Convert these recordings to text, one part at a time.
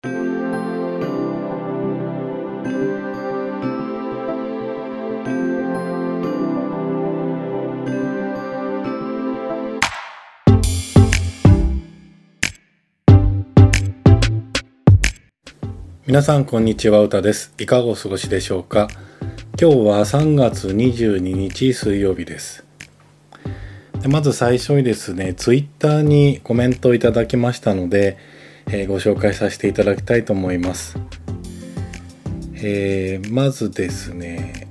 皆さんこんにちは、うたです。いかがお過ごしでしょうか。今日は3月22日水曜日です。まず最初にですね、ツイッターにコメントをいただきましたので、ご紹介させていただきたいと思います。まずですね、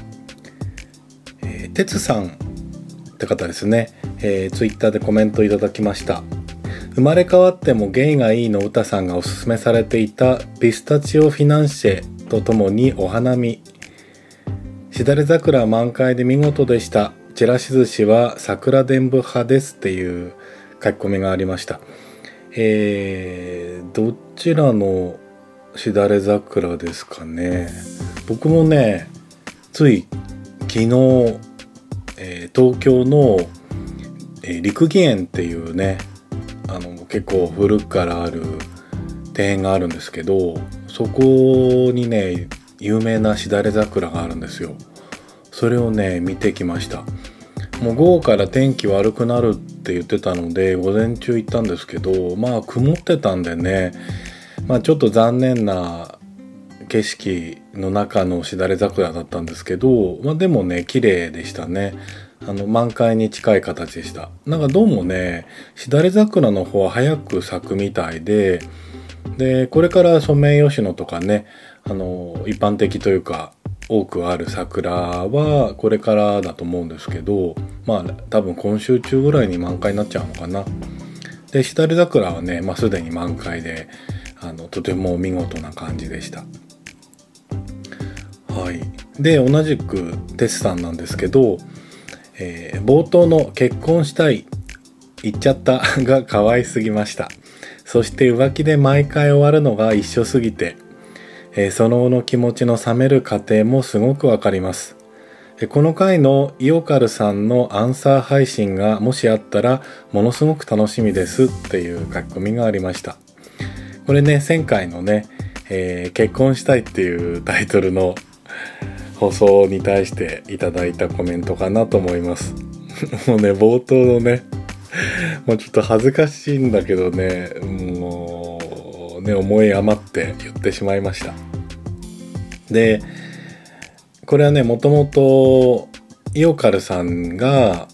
てつさんって方ですね、ツイッターでコメントいただきました。生まれ変わってもゲイがいいのうたさんがおすすめされていたピスタチオフィナンシェとともにお花見、しだれ桜満開で見事でした。ちらし寿司は桜伝部派ですっていう書き込みがありました。どちらのしだれ桜ですかね。僕もね、つい昨日、東京の、六義園っていうね、結構古くからある庭園があるんですけど、そこにね有名なしだれ桜があるんですよ。それをね見てきました。もう午後から天気悪くなるって言ってたので午前中行ったんですけど、まあ曇ってたんでね、ちょっと残念な景色の中のしだれ桜だったんですけど、でもね綺麗でしたね。満開に近い形でした。なんかどうもね、しだれ桜の方は早く咲くみたいで、これからソメイヨシノとかね、一般的というか多くある桜はこれからだと思うんですけど、多分今週中ぐらいに満開になっちゃうのかな。で、しだれ桜はね、すでに満開で、とても見事な感じでした。はい。で、同じくテスさんなんですけど、冒頭の結婚したい言っちゃったが可愛すぎました。そして浮気で毎回終わるのが一緒すぎて、その後の気持ちの冷める過程もすごくわかります。この回のイオカルさんのアンサー配信がもしあったらものすごく楽しみですっていう書き込みがありました。これね、前回のね、結婚したいっていうタイトルの放送に対していただいたコメントかなと思います。もうね、冒頭のね、もうちょっと恥ずかしいんだけどね、もうね、思い余って言ってしまいました。で、これはね、もともとイオカルさんが、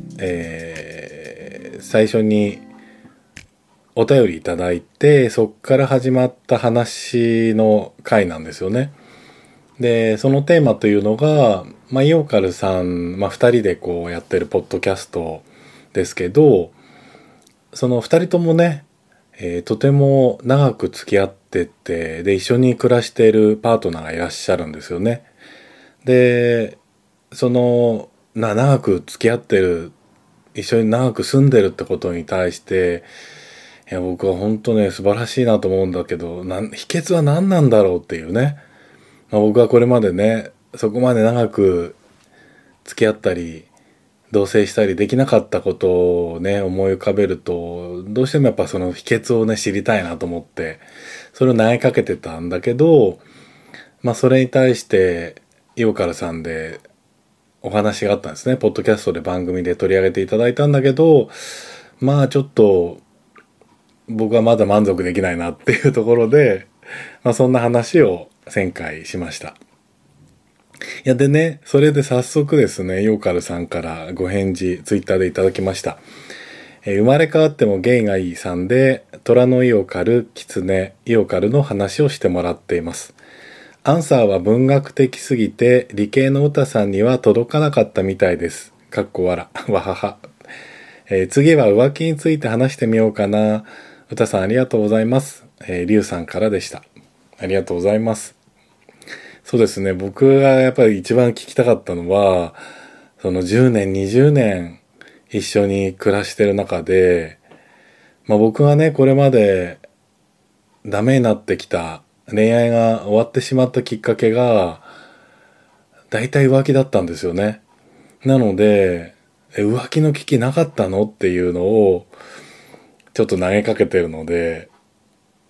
最初にお便りいただいて、そっから始まった話の回なんですよね。で、そのテーマというのが、イオカルさん、二人でこうやってるポッドキャストですけど、その二人ともね、とても長く付き合ってて、で、一緒に暮らしているパートナーがいらっしゃるんですよね。で、その、長く付き合ってる、一緒に長く住んでるってことに対して、いや、僕は本当ね、素晴らしいなと思うんだけど、秘訣は何なんだろうっていうね。僕はこれまでね、そこまで長く付き合ったり同棲したりできなかったことをね思い浮かべると、どうしてもやっぱその秘訣をね知りたいなと思ってそれを投げかけてたんだけど、それに対してイオカルさんでお話があったんですね。ポッドキャストで番組で取り上げていただいたんだけど、ちょっと僕はまだ満足できないなっていうところで、そんな話を前回しました。いやでね、それで早速ですね、ヨーカルさんからご返事、ツイッターでいただきました。生まれ変わってもゲイがいいさんで、虎のイオカル、キツネ、イオカルの話をしてもらっています。アンサーは文学的すぎて、理系の歌さんには届かなかったみたいです。かっこわら、わはは。次は浮気について話してみようかな。歌さんありがとうございます。リュウさんからでした。ありがとうございます。そうですね。僕がやっぱり一番聞きたかったのは、その10年、20年一緒に暮らしてる中で、僕がね、これまでダメになってきた恋愛が終わってしまったきっかけが、大体浮気だったんですよね。なので、浮気の危機なかったのっていうのを、ちょっと投げかけてるので、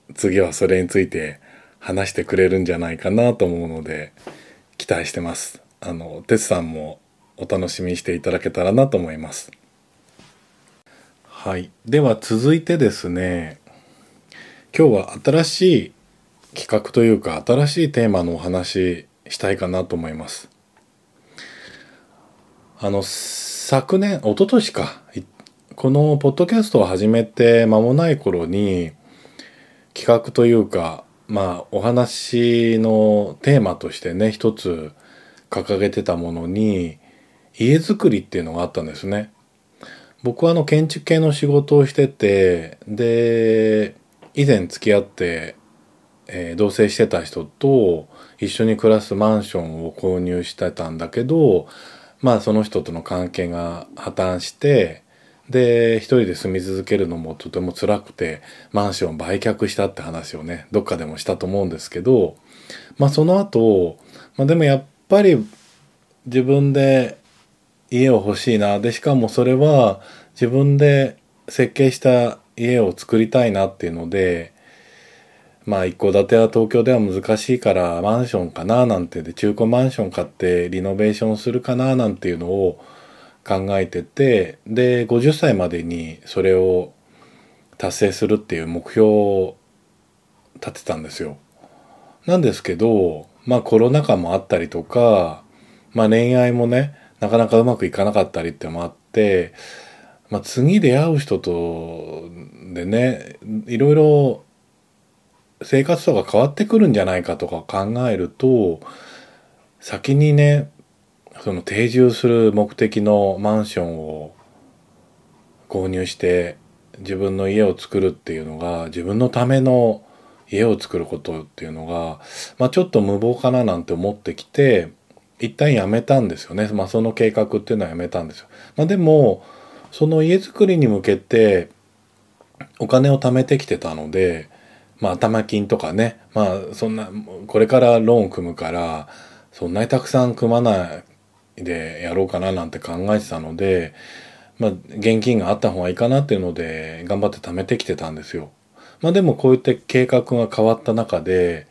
次はそれについて話してくれるんじゃないかなと思うので期待してます。てつさんもお楽しみにしていただけたらなと思います。はい。では続いてですね、今日は新しい企画というか新しいテーマのお話したいかなと思います。昨年、一昨年か、このポッドキャストを始めて間もない頃に企画というか、お話のテーマとしてね、一つ掲げてたものに、家づくりっていうのがあったんですね。僕は建築系の仕事をしてて、で、以前付き合って、同棲してた人と一緒に暮らすマンションを購入してたんだけど、その人との関係が破綻して、で、一人で住み続けるのもとても辛くて、マンションを売却したって話をね、どっかでもしたと思うんですけど、その後、でもやっぱり自分で家を欲しいな。で、しかもそれは自分で設計した家を作りたいなっていうので、一戸建ては東京では難しいからマンションかななんてで、中古マンション買ってリノベーションするかななんていうのを考えてて、で、50歳までにそれを達成するっていう目標を立てたんですよ。なんですけど、コロナ禍もあったりとか、恋愛もね、なかなかうまくいかなかったりってのもあって、次出会う人とでね、いろいろ生活とか変わってくるんじゃないかとか考えると、先にね、その定住する目的のマンションを購入して自分の家を作るっていうのが、自分のための家を作ることっていうのが、ちょっと無謀かななんて思ってきて、一旦やめたんですよね。その計画っていうのはやめたんですよ。でも、その家作りに向けてお金を貯めてきてたので、頭金とかね、そんな、これからローン組むから、そんなにたくさん組まないでやろうかななんて考えてたので、現金があった方がいいかなっていうので、頑張って貯めてきてたんですよ。でもこういった計画が変わった中で、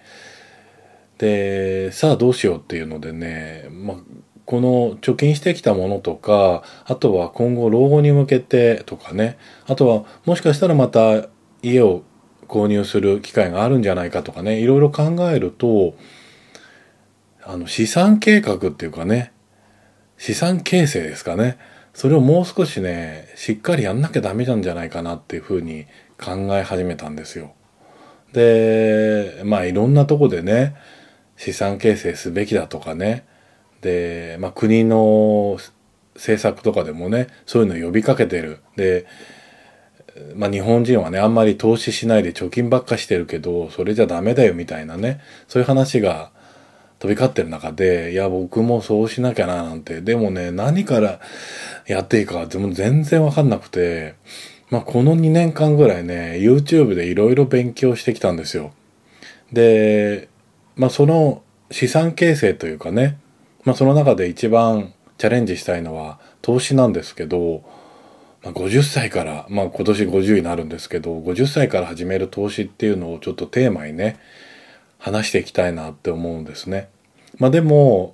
さあどうしようっていうのでね、この貯金してきたものとか、あとは今後老後に向けてとかね、あとはもしかしたらまた家を購入する機会があるんじゃないかとかね、いろいろ考えると、資産計画っていうかね、資産形成ですかね。それをもう少しね、しっかりやんなきゃダメなんじゃないかなっていうふうに考え始めたんですよ。で、いろんなとこでね、資産形成すべきだとかね。で、国の政策とかでもね、そういうのを呼びかけてる。で、日本人はね、あんまり投資しないで貯金ばっかしてるけど、それじゃダメだよみたいなね、そういう話が飛び交ってる中で、いや、僕もそうしなきゃななんて、でもね、何からやっていいか全然わかんなくて、この2年間ぐらいね、YouTube でいろいろ勉強してきたんですよ。で、その資産形成というかね、その中で一番チャレンジしたいのは投資なんですけど、50歳から、今年50になるんですけど、50歳から始める投資っていうのをちょっとテーマにね、話していきたいなって思うんですね。でも、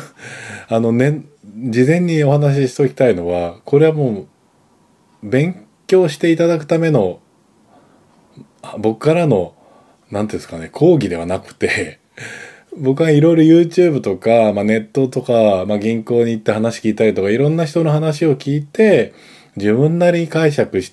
事前にお話ししておきたいのは、これはもう、勉強していただくための、僕からの、なんていうんですかね、講義ではなくて、僕はいろいろ YouTube とか、ネットとか、銀行に行って話聞いたりとか、いろんな人の話を聞いて、自分なりに解釈して、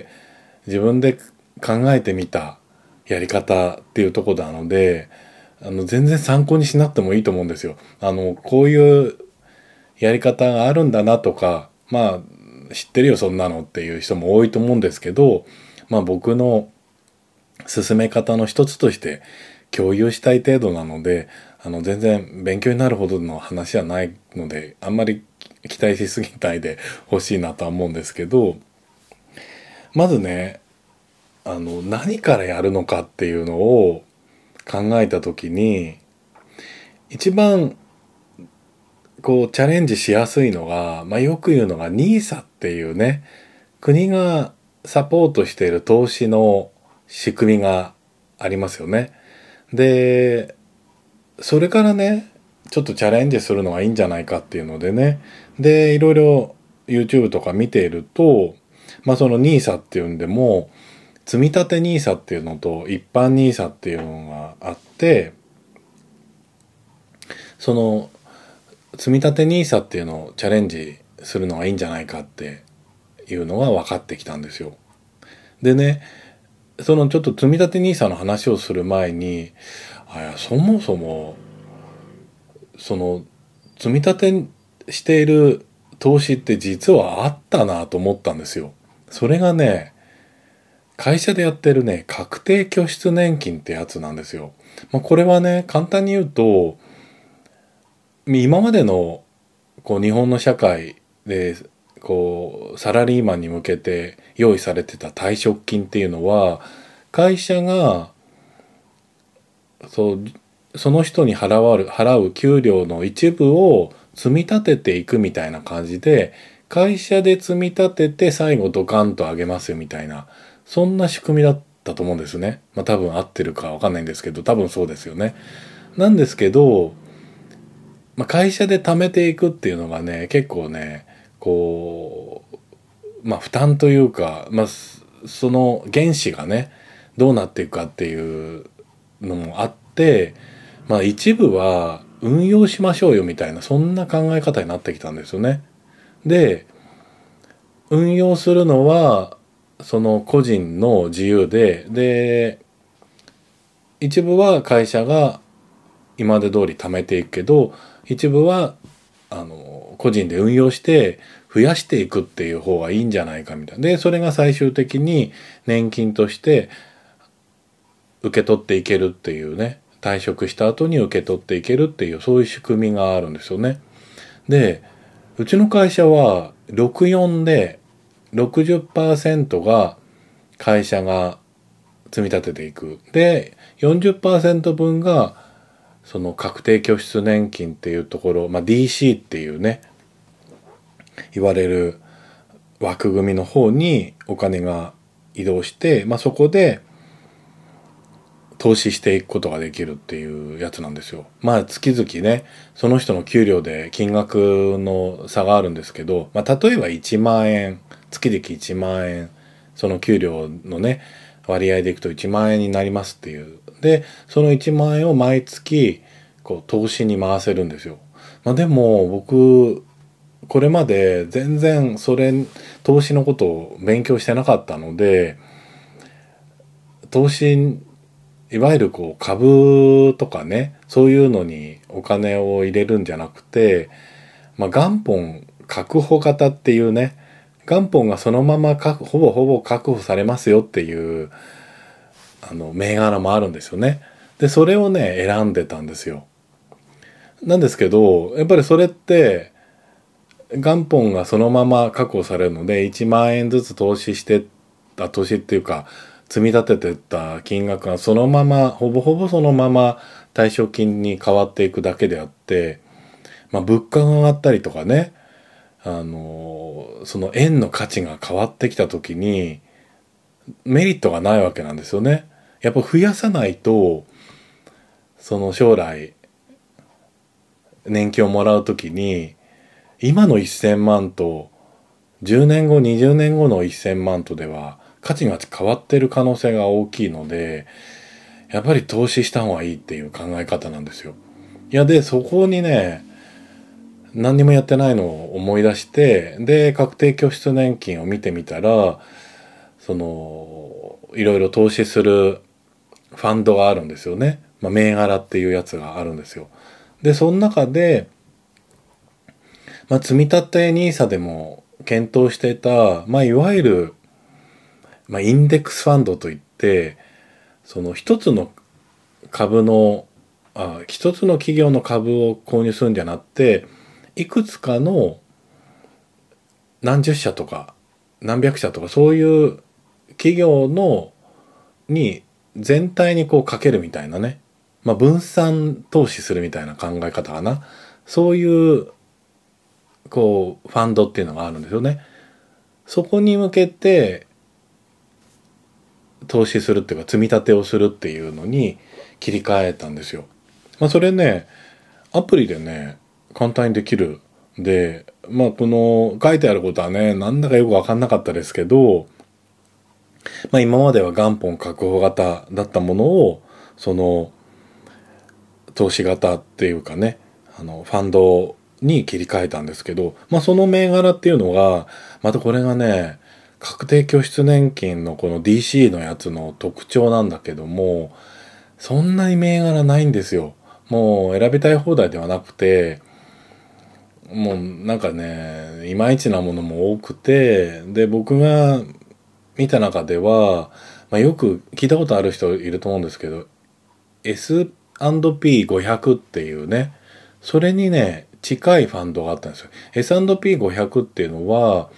自分で考えてみたやり方っていうところなので、全然参考にしなくてもいいと思うんですよ。こういうやり方があるんだなとか、知ってるよそんなのっていう人も多いと思うんですけど、僕の進め方の一つとして共有したい程度なので、全然勉強になるほどの話はないので、あんまり期待しすぎないでほしいなとは思うんですけど、まずね、何からやるのかっていうのを考えたときに、一番チャレンジしやすいのが、よく言うのが NISA っていうね、国がサポートしている投資の仕組みがありますよね。で、それからね、ちょっとチャレンジするのがいいんじゃないかっていうのでね。で、いろいろ YouTube とか見ていると、その NISA っていうんでも、積み立て NISA っていうのと一般 NISA っていうのがあって、その積み立て NISA っていうのをチャレンジするのがいいんじゃないかっていうのが分かってきたんですよ。でね、そのちょっと積み立て NISA の話をする前に、そもそもその積み立てしている投資って実はあったなと思ったんですよ。それがね、会社でやってるね、確定拠出年金ってやつなんですよ。これはね、簡単に言うと、今までの日本の社会でサラリーマンに向けて用意されてた退職金っていうのは、会社がその人に払う給料の一部を積み立てていくみたいな感じで、会社で積み立てて最後ドカンと上げますよみたいな、そんな仕組みだったと思うんですね。多分合ってるかわかんないんですけど、多分そうですよね。なんですけど、会社で貯めていくっていうのがね、結構ね、負担というか、その原資がね、どうなっていくかっていうのもあって、一部は運用しましょうよみたいな、そんな考え方になってきたんですよね。で、運用するのは、その個人の自由で、一部は会社が今まで通り貯めていくけど、一部は個人で運用して増やしていくっていう方がいいんじゃないかみたいな。で、それが最終的に年金として受け取っていけるっていうね、退職した後に受け取っていけるっていう、そういう仕組みがあるんですよね。で、うちの会社は64で60%が会社が積み立てていく。で、40%分がその確定拠出年金っていうところ、DC っていうね、言われる枠組みの方にお金が移動して、そこで投資していくことができるっていうやつなんですよ。月々ね、その人の給料で金額の差があるんですけど、例えば1万円、月々1万円、その給料のね、割合でいくと1万円になりますっていう。で、その1万円を毎月、投資に回せるんですよ。でも、僕、これまで全然投資のことを勉強してなかったので、投資、いわゆる株とかね、そういうのにお金を入れるんじゃなくて、元本確保型っていうね、元本がそのままほぼほぼ確保されますよっていう、銘柄もあるんですよね。で、それをね、選んでたんですよ。なんですけど、やっぱりそれって、元本がそのまま確保されるので、1万円ずつ投資っていうか、積み立ててった金額がそのまま、ほぼほぼそのまま退職金に変わっていくだけであって、物価が上がったりとかね、その円の価値が変わってきた時に、メリットがないわけなんですよね。やっぱ増やさないと、その将来、年金をもらう時に、今の1000万と10年後、20年後の1000万とでは価値が変わってる可能性が大きいので、やっぱり投資した方がいいっていう考え方なんですよ。で、そこにね、何にもやってないのを思い出して、で、確定拠出年金を見てみたら、いろいろ投資するファンドがあるんですよね。銘柄っていうやつがあるんですよ。で、その中で、積み立て NISA でも検討していた、いわゆる、インデックスファンドといって、その一つの一つの企業の株を購入するんじゃなくて、いくつかの何十社とか何百社とかそういう企業に全体にかけるみたいなね。分散投資するみたいな考え方かな。そういうファンドっていうのがあるんですよね。そこに向けて投資するっていうか積み立てをするっていうのに切り替えたんですよ。それね、アプリでね、簡単にできる。で、この書いてあることはね、なんだかよくわかんなかったですけど、今までは元本確保型だったものを、その、投資型っていうかね、ファンドに切り替えたんですけど、その銘柄っていうのが、またこれがね、確定拠出年金のこの DC のやつの特徴なんだけども、そんなに銘柄ないんですよ。もう選びたい放題ではなくて、もうなんかね、いまいちなものも多くて、で、僕が見た中では、よく聞いたことある人いると思うんですけど、S&P500 っていうね、それにね、近いファンドがあったんですよ。S&P500 っていうのは、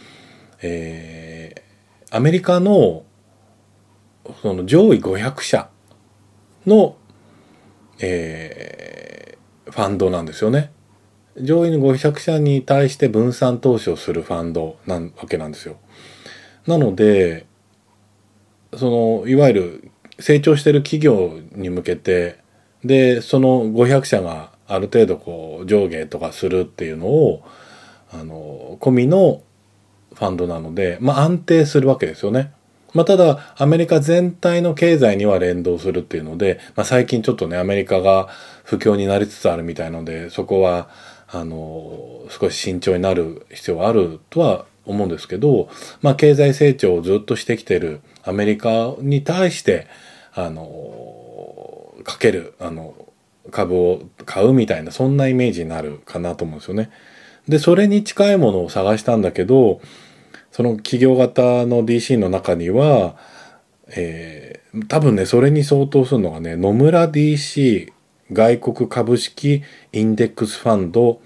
アメリカのその上位500社の、ファンドなんですよね。上位の500社に対して分散投資をするファンドなわけなんですよ。なので、いわゆる成長してる企業に向けて、で、その500社がある程度こう上下とかするっていうのを、込みのファンドなので、安定するわけですよね。ただ、アメリカ全体の経済には連動するっていうので、最近ちょっとね、アメリカが不況になりつつあるみたいので、そこは、少し慎重になる必要はあるとは思うんですけど、経済成長をずっとしてきてるアメリカに対して、かける、株を買うみたいな、そんなイメージになるかなと思うんですよね。で、それに近いものを探したんだけど、その企業型の DC の中には、多分ね、それに相当するのがね、野村 DC 外国株式インデックスファンド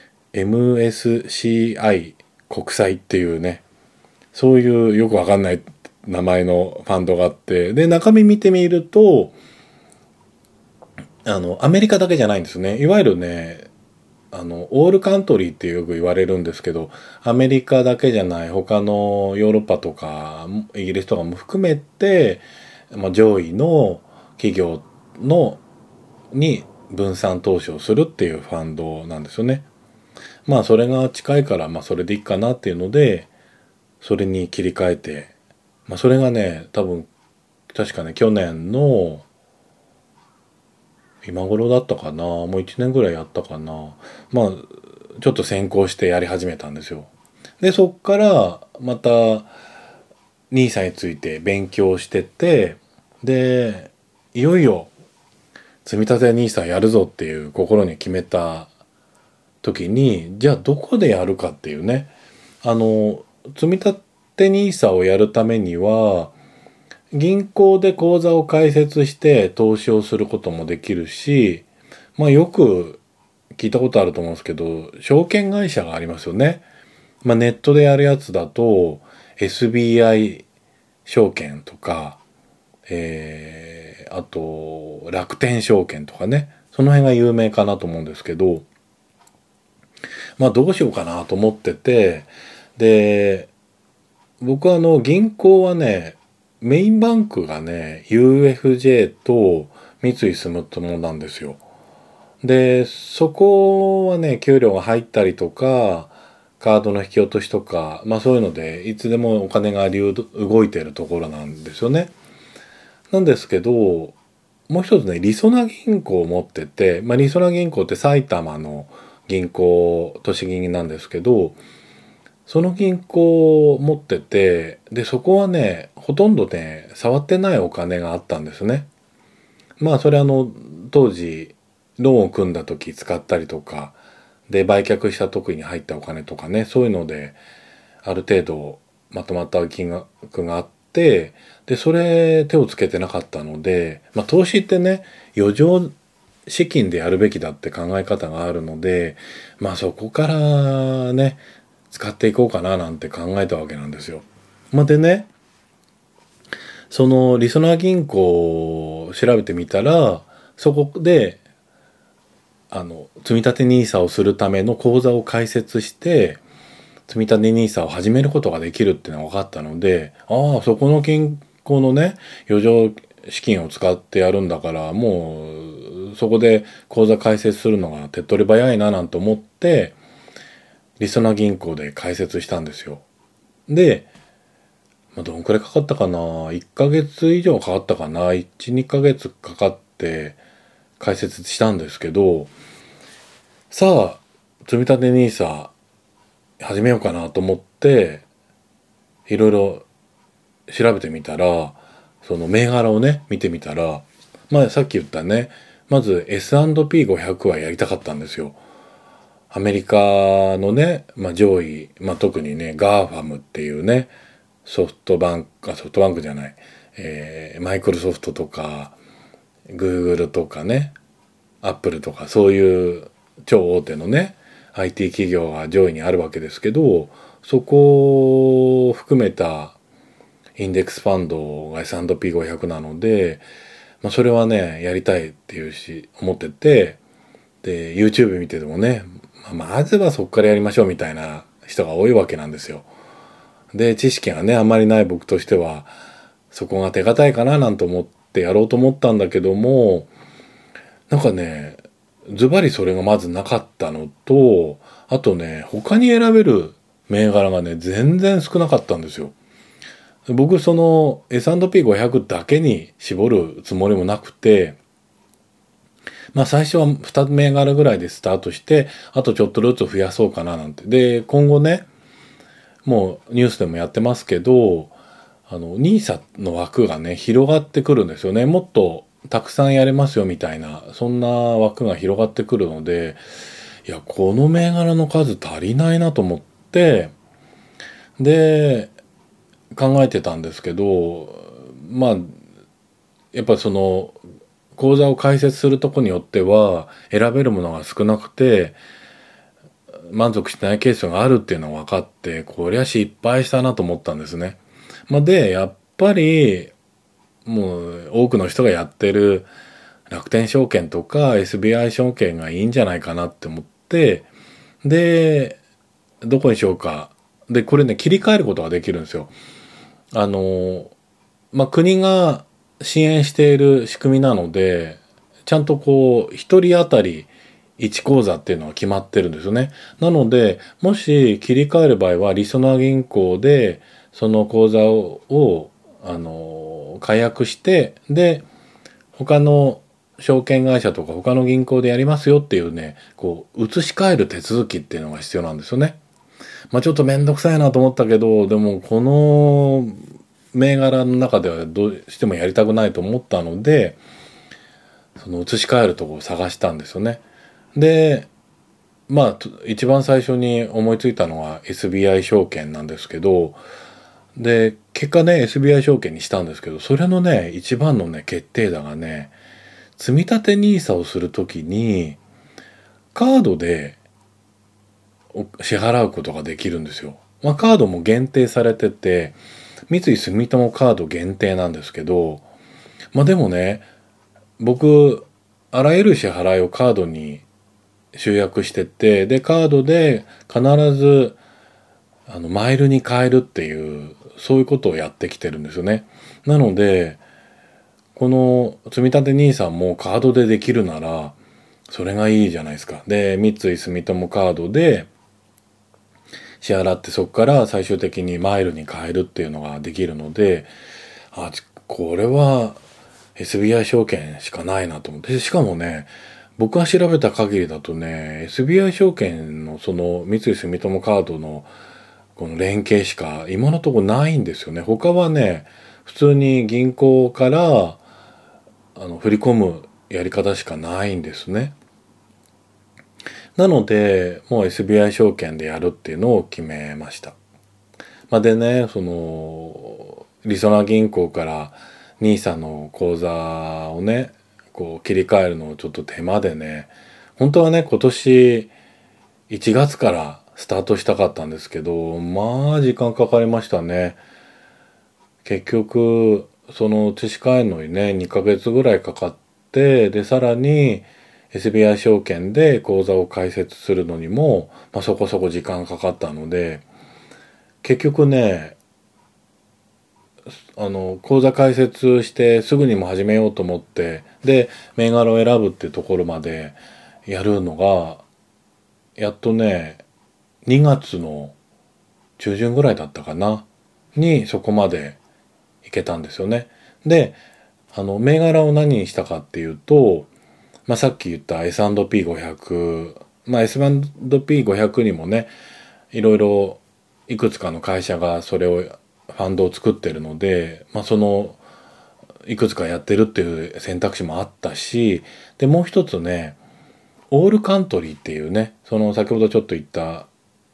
MSCI 国債っていうね、そういうよくわかんない名前のファンドがあって、で、中身見てみると、アメリカだけじゃないんですね。いわゆるね、オールカントリーってよく言われるんですけど、アメリカだけじゃない他のヨーロッパとかイギリスとかも含めて、上位の企業に分散投資をするっていうファンドなんですよね。それが近いから、それでいいかなっていうので、それに切り替えて、それがね、多分、確かね、去年の今頃だったかな、もう1年ぐらいやったかな。ちょっと先行してやり始めたんですよ。で、そっからまた NISA について勉強してて、で、いよいよ積み立て NISA やるぞっていう心に決めた時に、じゃあどこでやるかっていうね。積み立て NISA をやるためには、銀行で口座を開設して投資をすることもできるし、よく聞いたことあると思うんですけど、証券会社がありますよね。ネットでやるやつだと、SBI 証券とか、あと、楽天証券とかね、その辺が有名かなと思うんですけど、どうしようかなと思ってて、で、僕は銀行はね、メインバンクがね、UFJ と三井住友なんですよ。で、そこはね、給料が入ったりとか、カードの引き落としとか、そういうので、いつでもお金が動いてるところなんですよね。なんですけど、もう一つね、りそな銀行を持ってて、りそな銀行って埼玉の銀行、都市銀なんですけど、その銀行を持ってて、で、そこはね、ほとんどね、触ってないお金があったんですね。それ当時、ローンを組んだ時使ったりとか、で、売却した時に入ったお金とかね、そういうので、ある程度まとまった金額があって、で、それ手をつけてなかったので、投資ってね、余剰資金でやるべきだって考え方があるので、そこからね、使っていこうかななんて考えたわけなんですよ。でね、そのりそな銀行を調べてみたら、そこで、積み立て NISA をするための口座を開設して、積み立て NISA を始めることができるっていうのが分かったので、ああ、そこの銀行のね、余剰資金を使ってやるんだから、もう、そこで口座開設するのが手っ取り早いななんて思って、りそな銀行で開設したんですよ。で、どんくらいかかったかな ?1 ヶ月以上かかったかな ?1、2ヶ月かかって開設したんですけど、さあ、積立 NISA 始めようかなと思って、いろいろ調べてみたら、その銘柄をね、見てみたら、さっき言ったね、まず S&P500 はやりたかったんですよ。アメリカのね、上位、特にね、ガーファムっていうね、ソフトバンクじゃない、マイクロソフトとか、グーグルとかね、アップルとか、そういう超大手のね、IT 企業が上位にあるわけですけど、そこを含めたインデックスファンドが S&P500 なので、それはね、やりたいっていう思ってて、で、YouTube 見ててもね、まずはそこからやりましょうみたいな人が多いわけなんですよ。で、知識がね、あんまりない僕としては、そこが手堅いかななんて思ってやろうと思ったんだけども、なんかね、ズバリそれがまずなかったのと、あとね、他に選べる銘柄がね、全然少なかったんですよ。僕その S&P500 だけに絞るつもりもなくて、最初は2銘柄ぐらいでスタートして、あとちょっとずつ増やそうかななんて。で、今後ね、もうニュースでもやってますけど、NISA の枠がね、広がってくるんですよね。もっとたくさんやれますよみたいな、そんな枠が広がってくるので、いや、この銘柄の数足りないなと思って、で、考えてたんですけど、やっぱその、講座を開設するとこによっては、選べるものが少なくて、満足してないケースがあるっていうのが分かって、こりゃ失敗したなと思ったんですね。で、やっぱり、もう多くの人がやってる楽天証券とか SBI 証券がいいんじゃないかなって思って、で、どこにしようか。で、これね、切り替えることができるんですよ。国が支援している仕組みなので、ちゃんとこう、一人当たり1口座っていうのは決まってるんですよね。なので、もし切り替える場合は、りそな銀行で、その口座を解約して、で、他の証券会社とか他の銀行でやりますよっていうね、こう、移し替える手続きっていうのが必要なんですよね。ちょっとめんどくさいなと思ったけど、でもこの銘柄の中ではどうしてもやりたくないと思ったので、その移し替えるとこを探したんですよね。で、一番最初に思いついたのは SBI 証券なんですけど、で、結果ね、SBI 証券にしたんですけど、それのね、一番のね、決定打がね、積立 NISA をするときに、カードで支払うことができるんですよ。カードも限定されてて、三井住友カード限定なんですけど、でもね、僕、あらゆる支払いをカードに集約してて、で、カードで必ず、マイルに変えるっていう、そういうことをやってきてるんですよね。なので、この積立 NISA もカードでできるなら、それがいいじゃないですか。で、三井住友カードで支払ってそこから最終的にマイルに変えるっていうのができるので、これは SBI 証券しかないなと思って。しかもね、僕が調べた限りだとね、SBI 証券のその三井住友カードのこの連携しか今のところないんですよね。他はね、普通に銀行から振り込むやり方しかないんですね。なので、もう SBI 証券でやるっていうのを決めました。でね、その、りそな銀行から NISA の口座をね、こう切り替えるのをちょっと手間でね、本当はね、今年1月からスタートしたかったんですけど、時間かかりましたね。結局、その移し替えるのにね、2ヶ月ぐらいかかって、で、さらに SBI 証券で口座を開設するのにも、そこそこ時間かかったので、結局ね、 口座開設してすぐにも始めようと思って、で、銘柄を選ぶっていうところまでやるのが、やっとね、2月の中旬ぐらいだったかな、にそこまでいけたんですよね。で、銘柄を何にしたかっていうと、さっき言った S&P500、S&P500 にもね、いろいろいくつかの会社がそれをファンドを作ってるので、そのいくつかやってるっていう選択肢もあったし、でもう一つね、オールカントリーっていうね、その先ほどちょっと言った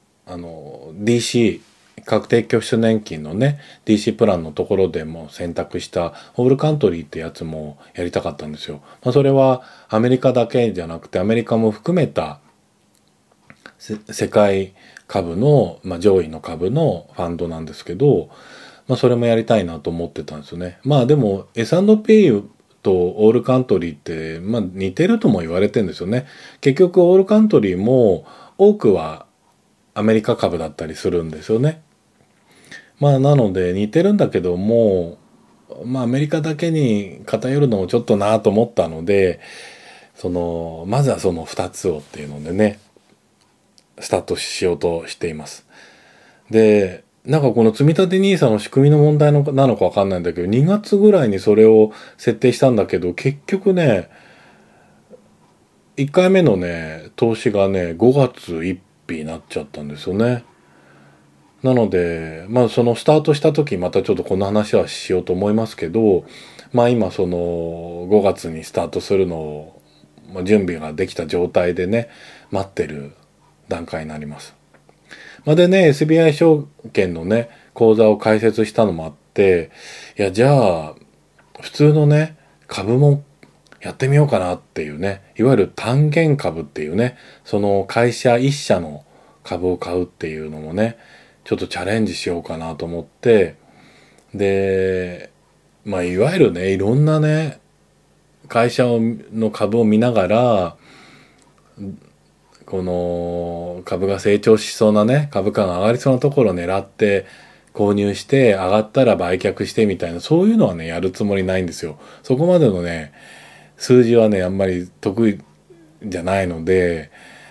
DC 確定拠出年金のね DC プランのところでも選択したオールカントリーってやつもやりたかったんですよ。それはアメリカだけじゃなくてアメリカも含めた世界株の、上位の株のファンドなんですけど、それもやりたいなと思ってたんですよね。でも S&P とオールカントリーって、似てるとも言われてるんですよね。結局オールカントリーも多くはアメリカ株だったりするんですよね。なので似てるんだけども、アメリカだけに偏るのもちょっとなと思ったので、まずはその2つをっていうのでね、スタートしようとしています。で、この積立 NISA の仕組みの問題なのかわかんないんだけど、2月ぐらいにそれを設定したんだけど、結局ね、1回目のね、投資がね、5月1日になっちゃったんですよね。なので、そのスタートした時またちょっとこの話はしようと思いますけど、今その5月にスタートするのを、準備ができた状態でね、待ってる段階になります。でね、SBI 証券のね、口座を開設したのもあって、いや、じゃあ、普通のね、株もやってみようかなっていうね、いわゆる単元株っていうね、その会社一社の株を買うっていうのもね、ちょっとチャレンジしようかなと思って、で、いわゆるね、いろんなね、会社の株を見ながら、この株が成長しそうなね、株価が上がりそうなところを狙って購入して、上がったら売却してみたいな、そういうのはね、やるつもりないんですよ。そこまでのね、数字はね、あんまり得意じゃないので、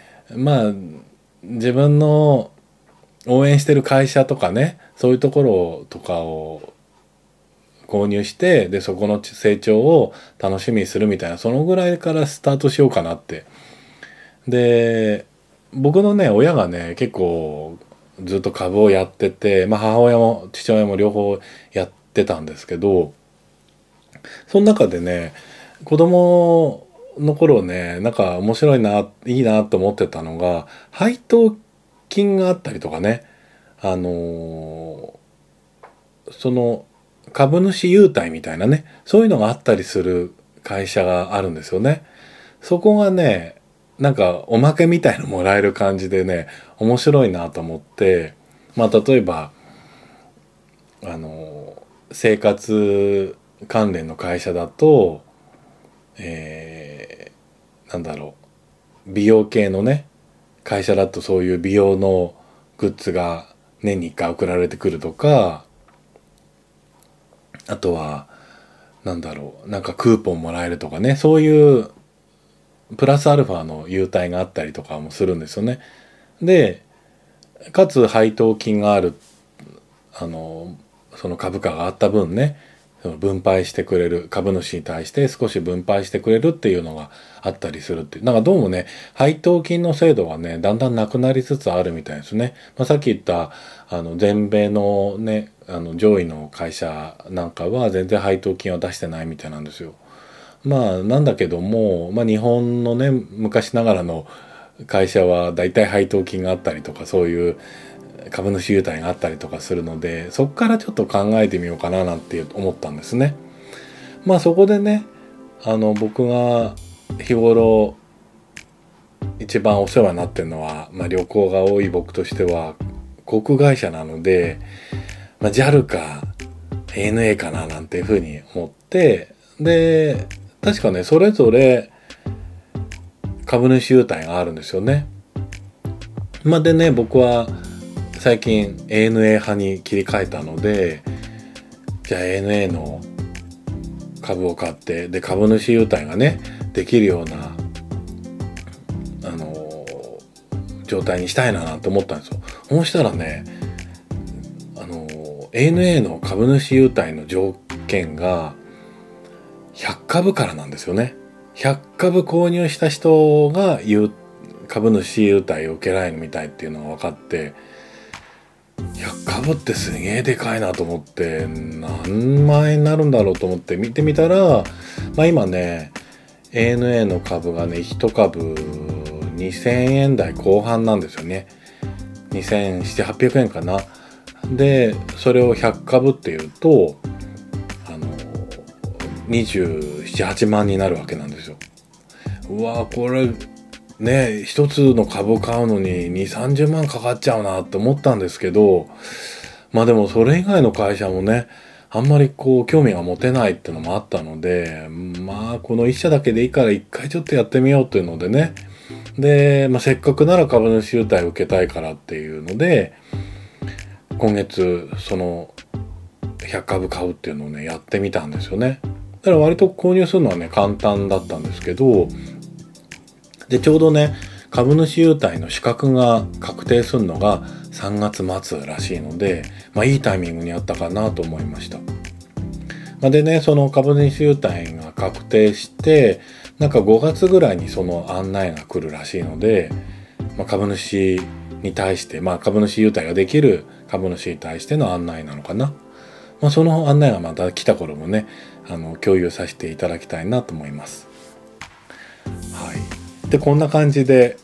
自分の応援してる会社とかね、そういうところとかを購入して、で、そこの成長を楽しみにするみたいな、そのぐらいからスタートしようかなって。で、僕のね、親がね、結構ずっと株をやってて、母親も父親も両方やってたんですけど、その中でね、子供の頃ね、面白いな、いいなと思ってたのが、配当金があったりとかね、その株主優待みたいなね、そういうのがあったりする会社があるんですよね。そこがね、おまけみたいのもらえる感じでね、面白いなと思って、例えば、生活関連の会社だと、美容系のね、会社だとそういう美容のグッズが年に1回送られてくるとか、あとは、クーポンもらえるとかね、そういうプラスアルファの優待があったりとかもするんですよね。で、かつ配当金がある、その株価があった分ね、その分配してくれる、株主に対して少し分配してくれるっていうのがあったりするっていう。どうもね、配当金の制度がね、だんだんなくなりつつあるみたいですね。さっき言った、全米のね、上位の会社なんかは全然配当金は出してないみたいなんですよ。なんだけども、日本のね、昔ながらの会社は大体配当金があったりとか、そういう株主優待があったりとかするので、そこからちょっと考えてみようかななんて思ったんですね。そこでね、僕が日頃一番お世話になってるのは、旅行が多い僕としては航空会社なので、JAL か ANA かななんていうふうに思って、で、確かね、それぞれ株主優待があるんですよね。でね、僕は最近 ANA 派に切り替えたので、 じゃあ ANA の株を買って、で株主優待がねできるような状態にしたいなと思ったんですよ。そうしたらね、ANA の株主優待の条件が100株からなんですよね。100株購入した人が株主優待を受けられるみたいっていうのが分かって、100株ってすげえでかいなと思って、何万円になるんだろうと思って見てみたら、今ね ANA の株がね1株2000円台後半なんですよね。2700、800円かな。でそれを100株っていうと27、8万になるわけなんですよ。うわこれね一つの株買うのに2、30万かかっちゃうなって思ったんですけど、でもそれ以外の会社もねあんまり興味が持てないっていうのもあったので、この一社だけでいいから一回ちょっとやってみようというのでね、で、せっかくなら株主優待を受けたいからっていうので今月その100株買うっていうのをねやってみたんですよね。だから割と購入するのはね簡単だったんですけど、でちょうどね株主優待の資格が確定するのが3月末らしいので、いいタイミングにあったかなと思いました。でねその株主優待が確定して5月ぐらいにその案内が来るらしいので、株主に対して、株主優待ができる株主に対しての案内なのかな。その案内がまた来た頃もね共有させていただきたいなと思います。はい。でこんな感じで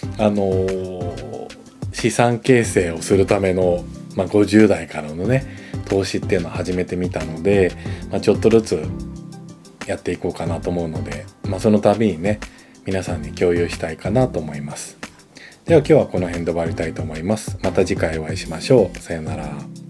資産形成をするための、50代からのね投資っていうのを始めてみたので、ちょっとずつやっていこうかなと思うので、その度にね皆さんに共有したいかなと思います。では今日はこの辺で終わりたいと思います。また次回お会いしましょう。さよなら。